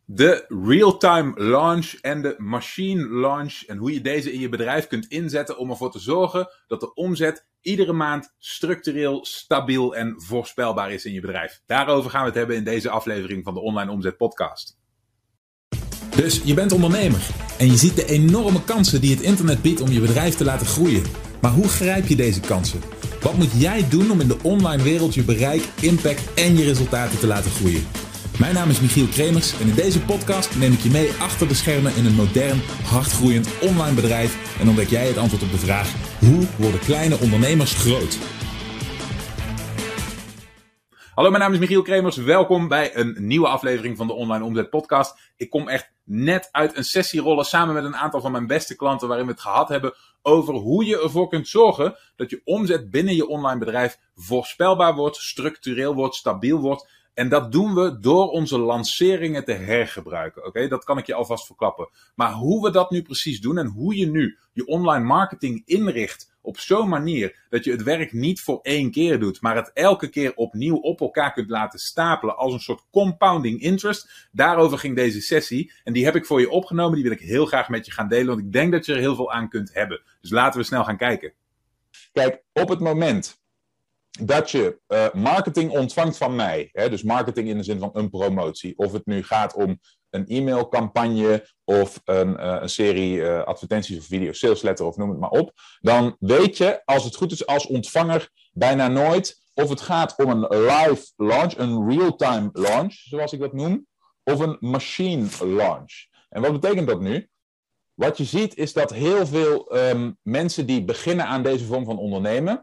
De real-time launch en de machine launch en hoe je deze in je bedrijf kunt inzetten om ervoor te zorgen dat de omzet iedere maand structureel, stabiel en voorspelbaar is in je bedrijf. Daarover gaan we het hebben in deze aflevering van de Online Omzet Podcast. Dus je bent ondernemer en je ziet de enorme kansen die het internet biedt om je bedrijf te laten groeien. Maar hoe grijp je deze kansen? Wat moet jij doen om in de online wereld je bereik, impact en je resultaten te laten groeien? Mijn naam is Michiel Kremers en in deze podcast neem ik je mee achter de schermen in een modern, hardgroeiend online bedrijf en ontdek jij het antwoord op de vraag: hoe worden kleine ondernemers groot? Hallo, mijn naam is Michiel Kremers. Welkom bij een nieuwe aflevering van de Online Omzet Podcast. Ik kom echt net uit een sessie rollen samen met een aantal van mijn beste klanten waarin we het gehad hebben over hoe je ervoor kunt zorgen dat je omzet binnen je online bedrijf voorspelbaar wordt, structureel wordt, stabiel wordt. En dat doen we door onze lanceringen te hergebruiken. Oké, dat kan ik je alvast verklappen. Maar hoe we dat nu precies doen en hoe je nu je online marketing inricht op zo'n manier dat je het werk niet voor één keer doet, maar het elke keer opnieuw op elkaar kunt laten stapelen als een soort compounding interest. Daarover ging deze sessie en die heb ik voor je opgenomen. Die wil ik heel graag met je gaan delen, want ik denk dat je er heel veel aan kunt hebben. Dus laten we snel gaan kijken. Kijk, op het moment dat je marketing ontvangt van mij, hè, dus marketing in de zin van een promotie, of het nu gaat om een e-mailcampagne of een serie advertenties of video sales letter of noem het maar op, dan weet je, als het goed is als ontvanger, bijna nooit of het gaat om een live launch, een real-time launch, zoals ik dat noem, of een machine launch. En wat betekent dat nu? Wat je ziet is dat heel veel mensen die beginnen aan deze vorm van ondernemen,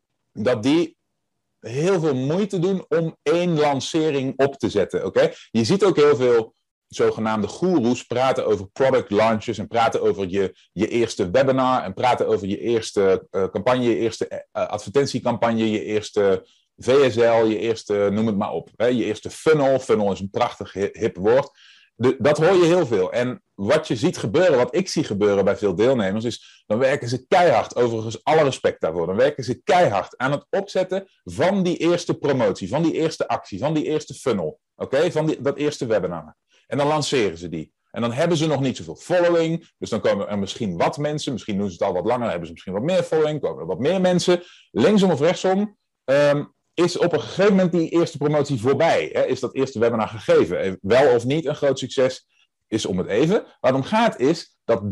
dat die heel veel moeite doen om één lancering op te zetten. Okay? Je ziet ook heel veel zogenaamde goeroes praten over product launches en praten over je eerste webinar en praten over je eerste campagne, je eerste advertentiecampagne, je eerste VSL, je eerste, noem het maar op. Hè? Je eerste funnel. Funnel is een prachtig hip woord. Dat hoor je heel veel. En wat je ziet gebeuren, wat ik zie gebeuren bij veel deelnemers, is dan werken ze keihard, overigens alle respect daarvoor, dan werken ze keihard aan het opzetten van die eerste promotie, van die eerste actie, van die eerste funnel, van dat eerste webinar. En dan lanceren ze die. En dan hebben ze nog niet zoveel following, dus dan komen er misschien wat mensen, misschien doen ze het al wat langer, dan hebben ze misschien wat meer following, komen er wat meer mensen, linksom of rechtsom, is op een gegeven moment die eerste promotie voorbij. Hè? Is dat eerste webinar gegeven? Wel of niet een groot succes is om het even. Waar het om gaat is dat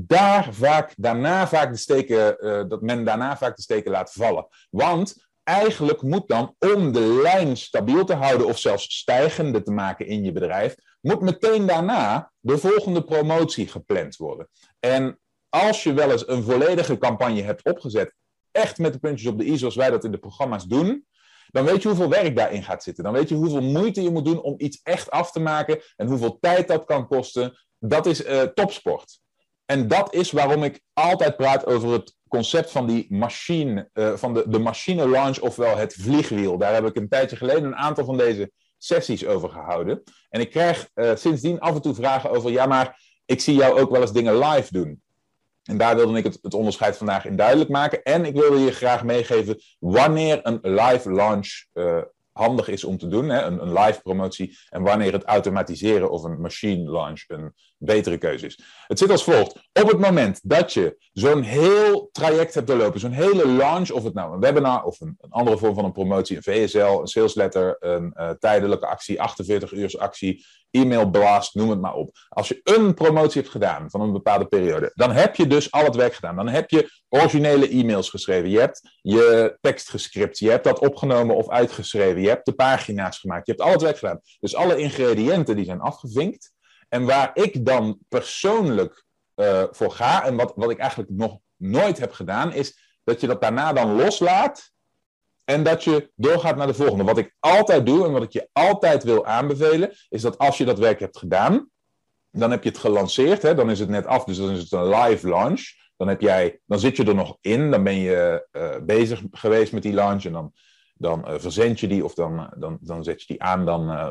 men daarna vaak de steken laat vallen. Want eigenlijk moet dan, om de lijn stabiel te houden of zelfs stijgende te maken in je bedrijf, moet meteen daarna de volgende promotie gepland worden. En als je wel eens een volledige campagne hebt opgezet, echt met de puntjes op de i, zoals wij dat in de programma's doen, dan weet je hoeveel werk daarin gaat zitten. Dan weet je hoeveel moeite je moet doen om iets echt af te maken en hoeveel tijd dat kan kosten. Dat is topsport. En dat is waarom ik altijd praat over het concept van die machine, van de machine launch, ofwel het vliegwiel. Daar heb ik een tijdje geleden een aantal van deze sessies over gehouden. En ik krijg sindsdien af en toe vragen over, ja, maar ik zie jou ook wel eens dingen live doen. En daar wilde ik het onderscheid vandaag in duidelijk maken. En ik wilde je graag meegeven wanneer een live launch handig is om te doen. Hè, een live promotie. En wanneer het automatiseren of een machine launch een betere keuze is. Het zit als volgt. Op het moment dat je zo'n heel traject hebt doorlopen. Zo'n hele launch. Of het nou een webinar of een andere vorm van een promotie. Een VSL, een sales letter. Een tijdelijke actie. 48 uur actie. E-mail blast, noem het maar op. Als je een promotie hebt gedaan van een bepaalde periode, dan heb je dus al het werk gedaan. Dan heb je originele e-mails geschreven. Je hebt je tekst gescript. Je hebt dat opgenomen of uitgeschreven. Je hebt de pagina's gemaakt. Je hebt al het werk gedaan. Dus alle ingrediënten die zijn afgevinkt. En waar ik dan persoonlijk voor ga, en wat ik eigenlijk nog nooit heb gedaan, is dat je dat daarna dan loslaat. En dat je doorgaat naar de volgende. Wat ik altijd doe en wat ik je altijd wil aanbevelen, is dat als je dat werk hebt gedaan, dan heb je het gelanceerd, hè, dan is het net af, dus dan is het een live launch. Dan zit je er nog in, dan ben je bezig geweest met die launch en dan verzend je die of dan zet je die aan,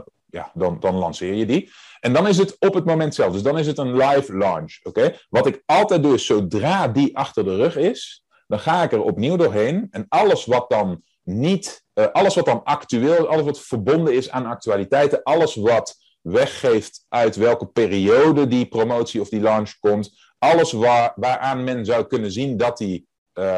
dan lanceer je die. En dan is het op het moment zelf, dus dan is het een live launch. Okay? Wat ik altijd doe is, zodra die achter de rug is, dan ga ik er opnieuw doorheen en alles wat dan actueel, alles wat verbonden is aan actualiteiten, alles wat weggeeft uit welke periode die promotie of die launch komt. Alles waaraan men zou kunnen zien dat die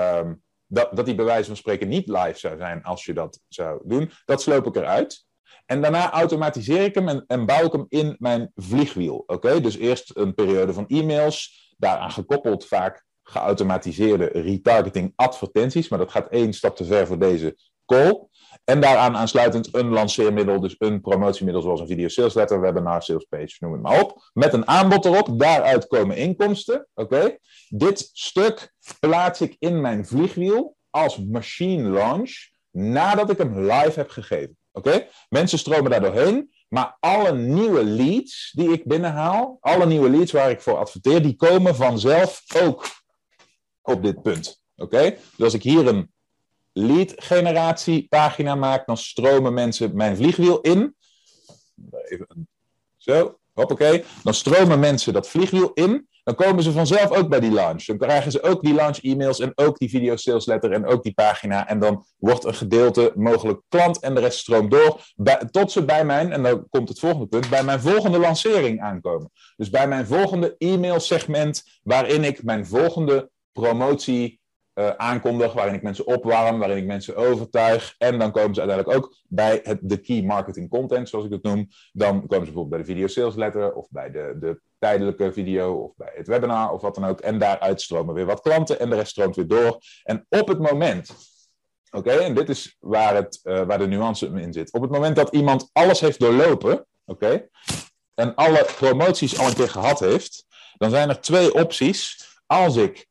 bij wijze van spreken niet live zou zijn als je dat zou doen. Dat sloop ik eruit. En daarna automatiseer ik hem en bouw ik hem in mijn vliegwiel. Oké? Dus eerst een periode van e-mails, daaraan gekoppeld vaak geautomatiseerde retargeting advertenties, maar dat gaat 1 stap te ver voor deze call. En daaraan aansluitend een lanceermiddel, dus een promotiemiddel zoals een video sales letter, webinar, sales page, noem het maar op. Met een aanbod erop, daaruit komen inkomsten. Oké? Dit stuk plaats ik in mijn vliegwiel als machine launch nadat ik hem live heb gegeven. Oké? Mensen stromen daar doorheen, maar alle nieuwe leads die ik binnenhaal, alle nieuwe leads waar ik voor adverteer, die komen vanzelf ook op dit punt. Oké? Dus als ik hier een lead generatiepagina maak, dan stromen mensen mijn vliegwiel in. Even zo, hoppakee. Dan stromen mensen dat vliegwiel in. Dan komen ze vanzelf ook bij die launch. Dan krijgen ze ook die launch e-mails en ook die video sales letter en ook die pagina. En dan wordt een gedeelte mogelijk klant en de rest stroomt door. Tot ze bij mijn, en dan komt het volgende punt, bij mijn volgende lancering aankomen. Dus bij mijn volgende e-mail segment waarin ik mijn volgende promotie aankondig, waarin ik mensen opwarm, waarin ik mensen overtuig. En dan komen ze uiteindelijk ook bij de key marketing content, zoals ik het noem. Dan komen ze bijvoorbeeld bij de video sales letter of bij de tijdelijke video of bij het webinar of wat dan ook. En daaruit stromen weer wat klanten en de rest stroomt weer door. En op het moment, oké, en dit is waar de nuance in zit. Op het moment dat iemand alles heeft doorlopen, oké, en alle promoties al een keer gehad heeft, dan zijn er 2 opties. Als ik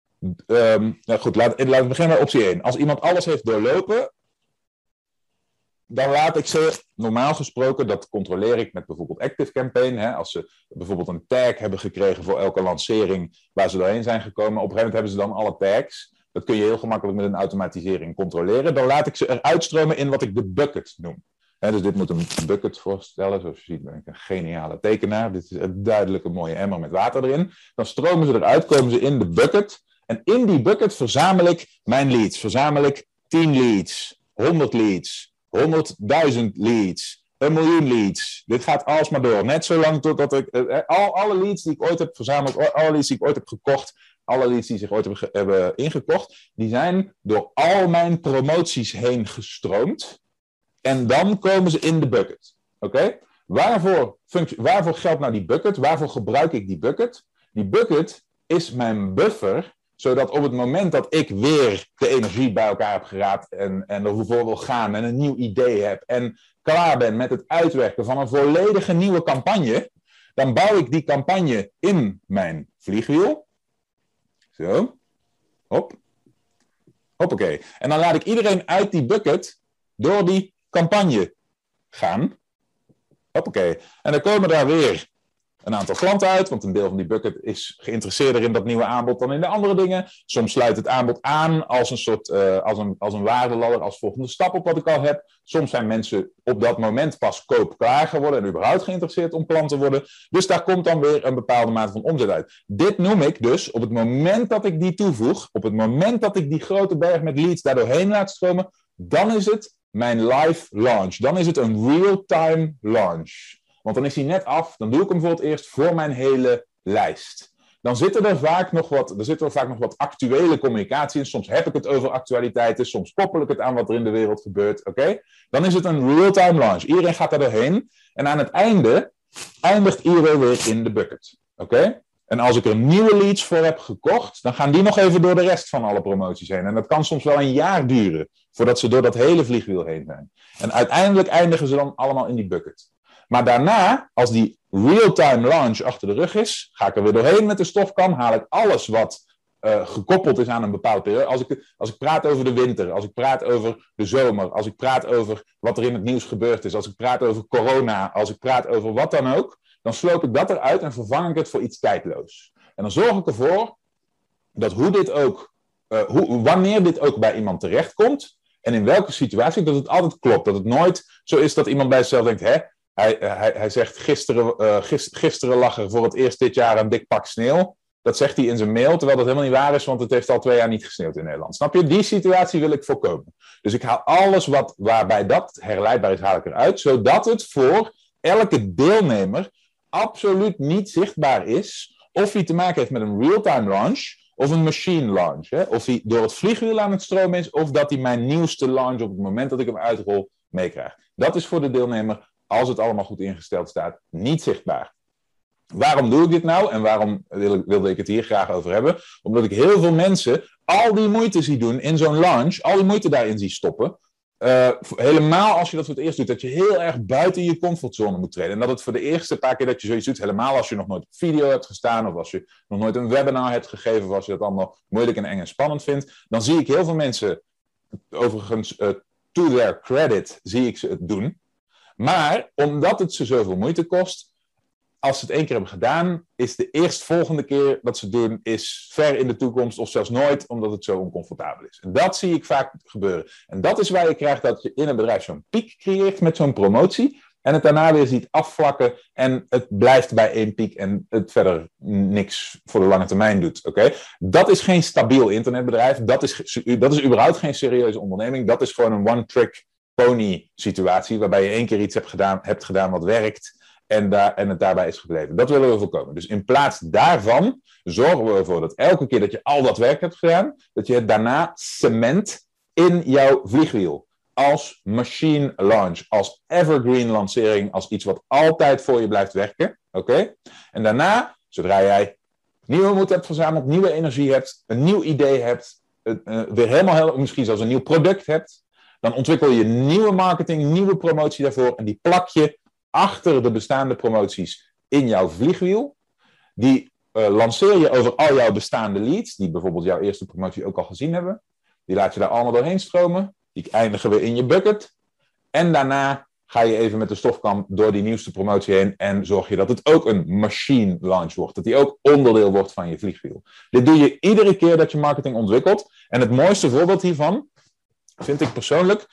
nou goed, laten we beginnen met optie 1. Als iemand alles heeft doorlopen, dan laat ik ze, normaal gesproken, dat controleer ik met bijvoorbeeld ActiveCampaign. Hè, als ze bijvoorbeeld een tag hebben gekregen voor elke lancering waar ze doorheen zijn gekomen. Op een gegeven moment hebben ze dan alle tags. Dat kun je heel gemakkelijk met een automatisering controleren. Dan laat ik ze eruit stromen in wat ik de bucket noem. Hè, dus dit moet een bucket voorstellen. Zoals je ziet ben ik een geniale tekenaar. Dit is een duidelijke mooie emmer met water erin. Dan stromen ze eruit, komen ze in de bucket. En in die bucket verzamel ik mijn leads. Verzamel ik 10 leads, 100 leads, 100.000 leads, 1 miljoen leads. Dit gaat alsmaar door. Net zolang totdat ik alle leads die ik ooit heb verzameld, alle leads die ik ooit heb gekocht, alle leads die zich ooit hebben ingekocht, die zijn door al mijn promoties heen gestroomd. En dan komen ze in de bucket. Oké? Waarvoor geldt nou die bucket? Waarvoor gebruik ik die bucket? Die bucket is mijn buffer, zodat op het moment dat ik weer de energie bij elkaar heb geraapt en ervoor wil gaan en een nieuw idee heb en klaar ben met het uitwerken van een volledige nieuwe campagne, dan bouw ik die campagne in mijn vliegwiel. Zo. Hop. Hoppakee. En dan laat ik iedereen uit die bucket door die campagne gaan. Hoppakee. En dan komen daar weer een aantal klanten uit, want een deel van die bucket is geïnteresseerder in dat nieuwe aanbod dan in de andere dingen. Soms sluit het aanbod aan als een soort als een waardeladder, als volgende stap op wat ik al heb. Soms zijn mensen op dat moment pas koopklaar geworden en überhaupt geïnteresseerd om klant te worden. Dus daar komt dan weer een bepaalde mate van omzet uit. Dit noem ik dus, op het moment dat ik die toevoeg, op het moment dat ik die grote berg met leads daar doorheen laat stromen, dan is het mijn live launch. Dan is het een real-time launch. Want dan is hij net af, dan doe ik hem voor het eerst voor mijn hele lijst. Dan zitten er vaak nog wat actuele communicatie in. Soms heb ik het over actualiteiten, soms koppel ik het aan wat er in de wereld gebeurt. Oké? Dan is het een real-time launch. Iedereen gaat daar doorheen. En aan het einde eindigt iedereen weer in de bucket. Oké? En als ik er nieuwe leads voor heb gekocht, dan gaan die nog even door de rest van alle promoties heen. En dat kan soms wel een jaar duren, voordat ze door dat hele vliegwiel heen zijn. En uiteindelijk eindigen ze dan allemaal in die bucket. Maar daarna, als die real-time launch achter de rug is, ga ik er weer doorheen met de stofkam, haal ik alles wat gekoppeld is aan een bepaalde periode. Als ik praat over de winter, als ik praat over de zomer, als ik praat over wat er in het nieuws gebeurd is, als ik praat over corona, als ik praat over wat dan ook, dan sloop ik dat eruit en vervang ik het voor iets tijdloos. En dan zorg ik ervoor dat wanneer dit ook bij iemand terechtkomt, en in welke situatie, dat het altijd klopt. Dat het nooit zo is dat iemand bij zichzelf denkt, hè, hij zegt gisteren lag er voor het eerst dit jaar een dik pak sneeuw. Dat zegt hij in zijn mail, terwijl dat helemaal niet waar is, want het heeft al 2 jaar niet gesneeuwd in Nederland. Snap je? Die situatie wil ik voorkomen. Dus ik haal alles waarbij dat herleidbaar is, haal ik eruit, zodat het voor elke deelnemer absoluut niet zichtbaar is of hij te maken heeft met een real-time launch of een machine launch. Hè? Of hij door het vliegwiel aan het stromen is of dat hij mijn nieuwste launch op het moment dat ik hem uitrol meekrijgt. Dat is voor de deelnemer, als het allemaal goed ingesteld staat, niet zichtbaar. Waarom doe ik dit nou en waarom wilde ik het hier graag over hebben? Omdat ik heel veel mensen al die moeite zie doen in zo'n launch, al die moeite daarin zie stoppen. Helemaal als je dat voor het eerst doet, dat je heel erg buiten je comfortzone moet treden. En dat het voor de eerste paar keer dat je zoiets doet, helemaal als je nog nooit op video hebt gestaan, of als je nog nooit een webinar hebt gegeven, of als je dat allemaal moeilijk en eng en spannend vindt, dan zie ik heel veel mensen, overigens to their credit, zie ik ze het doen. Maar omdat het ze zoveel moeite kost, als ze het 1 keer hebben gedaan, is de eerstvolgende keer dat ze het doen, is ver in de toekomst of zelfs nooit, omdat het zo oncomfortabel is. En dat zie ik vaak gebeuren. En dat is waar je krijgt dat je in een bedrijf zo'n piek creëert met zo'n promotie en het daarna weer ziet afvlakken en het blijft bij 1 piek en het verder niks voor de lange termijn doet. Okay? Dat is geen stabiel internetbedrijf. Dat is überhaupt geen serieuze onderneming. Dat is gewoon een one-trick pony situatie waarbij je 1 keer iets hebt gedaan wat werkt. En het daarbij is gebleven. Dat willen we voorkomen. Dus in plaats daarvan zorgen we ervoor dat elke keer dat je al dat werk hebt gedaan, dat je het daarna cement in jouw vliegwiel. Als machine launch, als evergreen lancering, als iets wat altijd voor je blijft werken. Oké? En daarna, zodra jij nieuwe moed hebt verzameld, nieuwe energie hebt, een nieuw idee hebt, weer helemaal helder, misschien zelfs een nieuw product hebt, dan ontwikkel je nieuwe marketing, nieuwe promotie daarvoor en die plak je achter de bestaande promoties in jouw vliegwiel. Die lanceer je over al jouw bestaande leads, die bijvoorbeeld jouw eerste promotie ook al gezien hebben. Die laat je daar allemaal doorheen stromen. Die eindigen weer in je bucket. En daarna ga je even met de stofkam door die nieuwste promotie heen en zorg je dat het ook een machine launch wordt. Dat die ook onderdeel wordt van je vliegwiel. Dit doe je iedere keer dat je marketing ontwikkelt. En het mooiste voorbeeld hiervan vind ik persoonlijk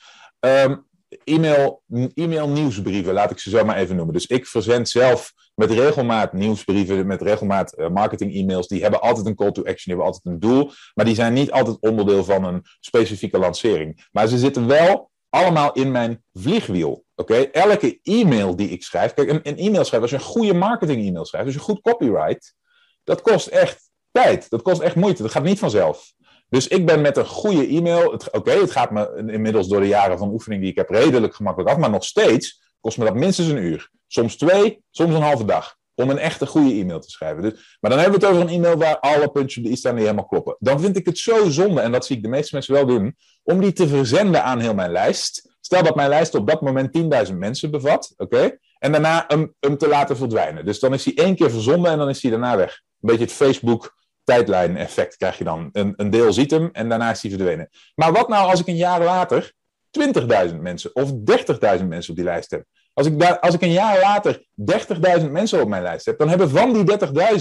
e-mail nieuwsbrieven, laat ik ze zo maar even noemen. Dus ik verzend zelf met regelmaat nieuwsbrieven, met regelmaat marketing e-mails. Die hebben altijd een call to action, die hebben altijd een doel. Maar die zijn niet altijd onderdeel van een specifieke lancering. Maar ze zitten wel allemaal in mijn vliegwiel. Okay? Elke e-mail die ik schrijf, kijk, een e-mail schrijven, als je een goede marketing e-mail schrijft, als je goed copyright, dat kost echt tijd, dat kost echt moeite, dat gaat niet vanzelf. Dus ik ben met een goede e-mail, het gaat me inmiddels door de jaren van oefening die ik heb redelijk gemakkelijk af, maar nog steeds kost me dat minstens 1 uur. Soms 2, soms een halve dag. Om een echte goede e-mail te schrijven. Dus, maar dan hebben we het over een e-mail waar alle puntjes op de i staan die helemaal kloppen. Dan vind ik het zo zonde, en dat zie ik de meeste mensen wel doen, om die te verzenden aan heel mijn lijst. Stel dat mijn lijst op dat moment 10.000 mensen bevat, oké? En daarna hem te laten verdwijnen. Dus dan is die 1 keer verzonden en dan is die daarna weg. Een beetje het Facebook tijdlijn-effect krijg je dan. Een deel ziet hem en daarna is die verdwenen. Maar wat nou als ik een jaar later 20.000 mensen of 30.000 mensen op die lijst heb? Als ik een jaar later 30.000 mensen op mijn lijst heb, dan hebben van die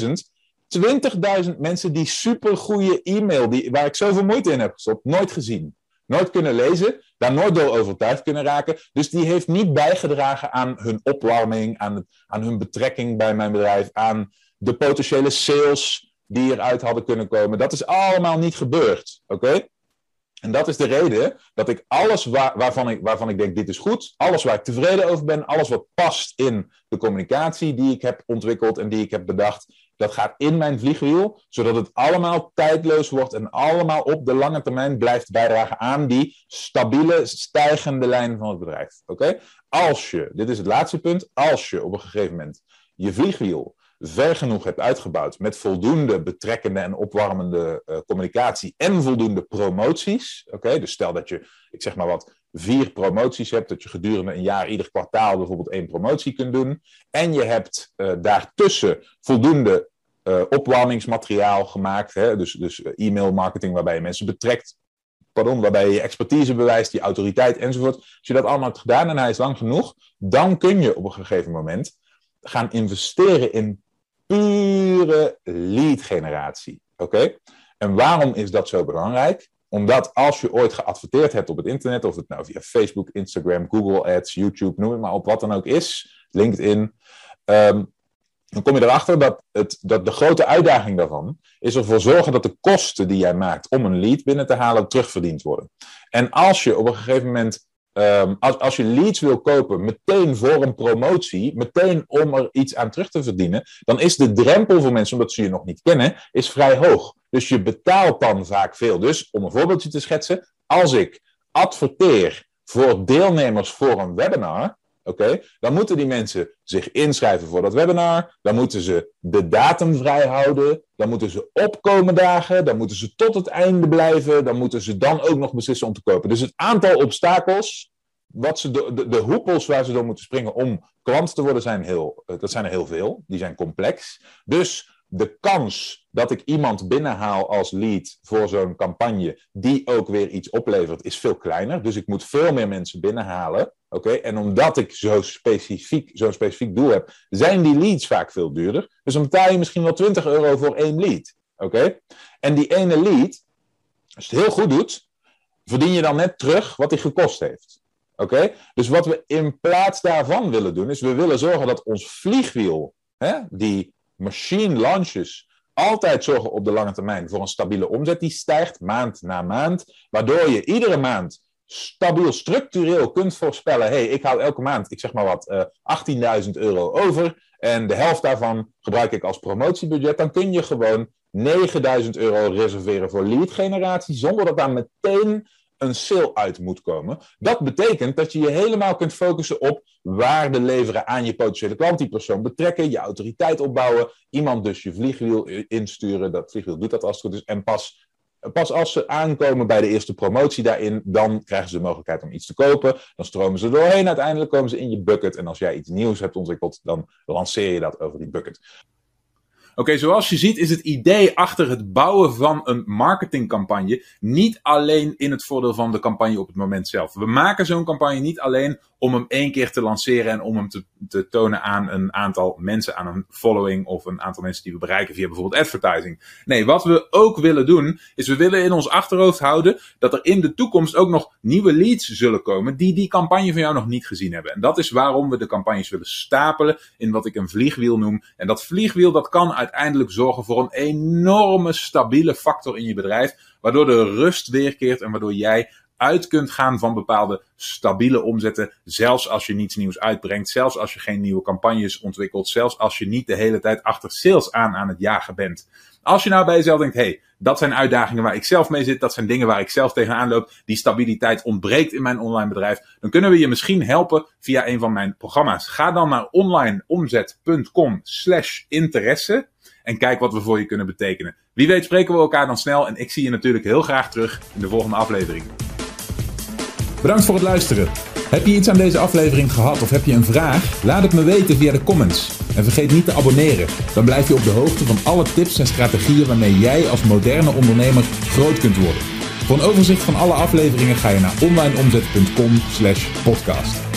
30.000 20.000 mensen die supergoeie e-mail, waar ik zoveel moeite in heb gestopt, nooit gezien. Nooit kunnen lezen, daar nooit door overtuigd kunnen raken. Dus die heeft niet bijgedragen aan hun opwarming, aan hun betrekking bij mijn bedrijf, aan de potentiële sales die eruit hadden kunnen komen. Dat is allemaal niet gebeurd. Oké? En dat is de reden dat ik alles waarvan ik denk dit is goed, alles waar ik tevreden over ben, alles wat past in de communicatie die ik heb ontwikkeld en die ik heb bedacht, dat gaat in mijn vliegwiel, zodat het allemaal tijdloos wordt en allemaal op de lange termijn blijft bijdragen aan die stabiele, stijgende lijn van het bedrijf. Oké? Als je, dit is het laatste punt, als je op een gegeven moment je vliegwiel ver genoeg hebt uitgebouwd met voldoende betrekkende en opwarmende communicatie en voldoende promoties. Okay? Dus stel dat je, ik zeg maar wat, 4 promoties hebt, dat je gedurende een jaar ieder kwartaal bijvoorbeeld 1 promotie kunt doen. En je hebt daartussen voldoende opwarmingsmateriaal gemaakt. Hè? Dus e-mail marketing waarbij je mensen betrekt. Waarbij je je expertise bewijst, je autoriteit enzovoort. Als je dat allemaal hebt gedaan en hij is lang genoeg, dan kun je op een gegeven moment gaan investeren in pure lead generatie. Oké? En waarom is dat zo belangrijk? Omdat als je ooit geadverteerd hebt op het internet, of het nou via Facebook, Instagram, Google Ads, YouTube, noem het maar op, wat dan ook is, LinkedIn, dan kom je erachter dat de grote uitdaging daarvan is ervoor zorgen dat de kosten die jij maakt om een lead binnen te halen terugverdiend worden. En als je op een gegeven moment Als je leads wil kopen, meteen voor een promotie, meteen om er iets aan terug te verdienen, dan is de drempel voor mensen, omdat ze je nog niet kennen, is vrij hoog. Dus je betaalt dan vaak veel. Dus, om een voorbeeldje te schetsen, als ik adverteer voor deelnemers voor een webinar, dan moeten die mensen zich inschrijven voor dat webinar, dan moeten ze de datum vrijhouden, dan moeten ze opkomen dagen, dan moeten ze tot het einde blijven, dan moeten ze dan ook nog beslissen om te kopen. Dus het aantal obstakels, de hoepels waar ze door moeten springen om klant te worden, zijn er heel veel. Die zijn complex. Dus de kans dat ik iemand binnenhaal als lead voor zo'n campagne die ook weer iets oplevert, is veel kleiner. Dus ik moet veel meer mensen binnenhalen. En omdat ik zo'n specifiek doel heb, zijn die leads vaak veel duurder. Dus dan betaal je misschien wel €20 voor 1 lead. En die ene lead, als je het heel goed doet, verdien je dan net terug wat die gekost heeft. Dus wat we in plaats daarvan willen doen, is we willen zorgen dat ons vliegwiel, die machine launches, altijd zorgen op de lange termijn voor een stabiele omzet die stijgt maand na maand, waardoor je iedere maand stabiel, structureel kunt voorspellen, ik hou elke maand, ik zeg maar wat, €18.000 over en de helft daarvan gebruik ik als promotiebudget. Dan kun je gewoon €9.000 reserveren voor lead generatie, zonder dat daar meteen een sale uit moet komen. Dat betekent dat je je helemaal kunt focussen op waarde leveren aan je potentiële klant, die persoon betrekken, je autoriteit opbouwen, iemand dus je vliegwiel insturen, dat vliegwiel doet dat als het goed is, en pas als ze aankomen bij de eerste promotie daarin, dan krijgen ze de mogelijkheid om iets te kopen, dan stromen ze doorheen, uiteindelijk komen ze in je bucket, en als jij iets nieuws hebt ontwikkeld, dan lanceer je dat over die bucket. Zoals je ziet is het idee achter het bouwen van een marketingcampagne niet alleen in het voordeel van de campagne op het moment zelf. We maken zo'n campagne niet alleen om hem 1 keer te lanceren en om hem te tonen aan een aantal mensen, aan een following of een aantal mensen die we bereiken via bijvoorbeeld advertising. Nee, wat we ook willen doen, is we willen in ons achterhoofd houden dat er in de toekomst ook nog nieuwe leads zullen komen die campagne van jou nog niet gezien hebben. En dat is waarom we de campagnes willen stapelen in wat ik een vliegwiel noem. En dat vliegwiel, dat kan uiteindelijk zorgen voor een enorme stabiele factor in je bedrijf, waardoor de rust weerkeert en waardoor jij uit kunt gaan van bepaalde stabiele omzetten, zelfs als je niets nieuws uitbrengt, zelfs als je geen nieuwe campagnes ontwikkelt, zelfs als je niet de hele tijd achter sales aan het jagen bent. Als je nou bij jezelf denkt, dat zijn uitdagingen waar ik zelf mee zit, dat zijn dingen waar ik zelf tegenaan loop, die stabiliteit ontbreekt in mijn online bedrijf, dan kunnen we je misschien helpen via een van mijn programma's. Ga dan naar onlineomzet.com/interesse en kijk wat we voor je kunnen betekenen. Wie weet spreken we elkaar dan snel en ik zie je natuurlijk heel graag terug in de volgende aflevering. Bedankt voor het luisteren. Heb je iets aan deze aflevering gehad of heb je een vraag? Laat het me weten via de comments. En vergeet niet te abonneren. Dan blijf je op de hoogte van alle tips en strategieën waarmee jij als moderne ondernemer groot kunt worden. Voor een overzicht van alle afleveringen ga je naar onlineomzet.com/podcast.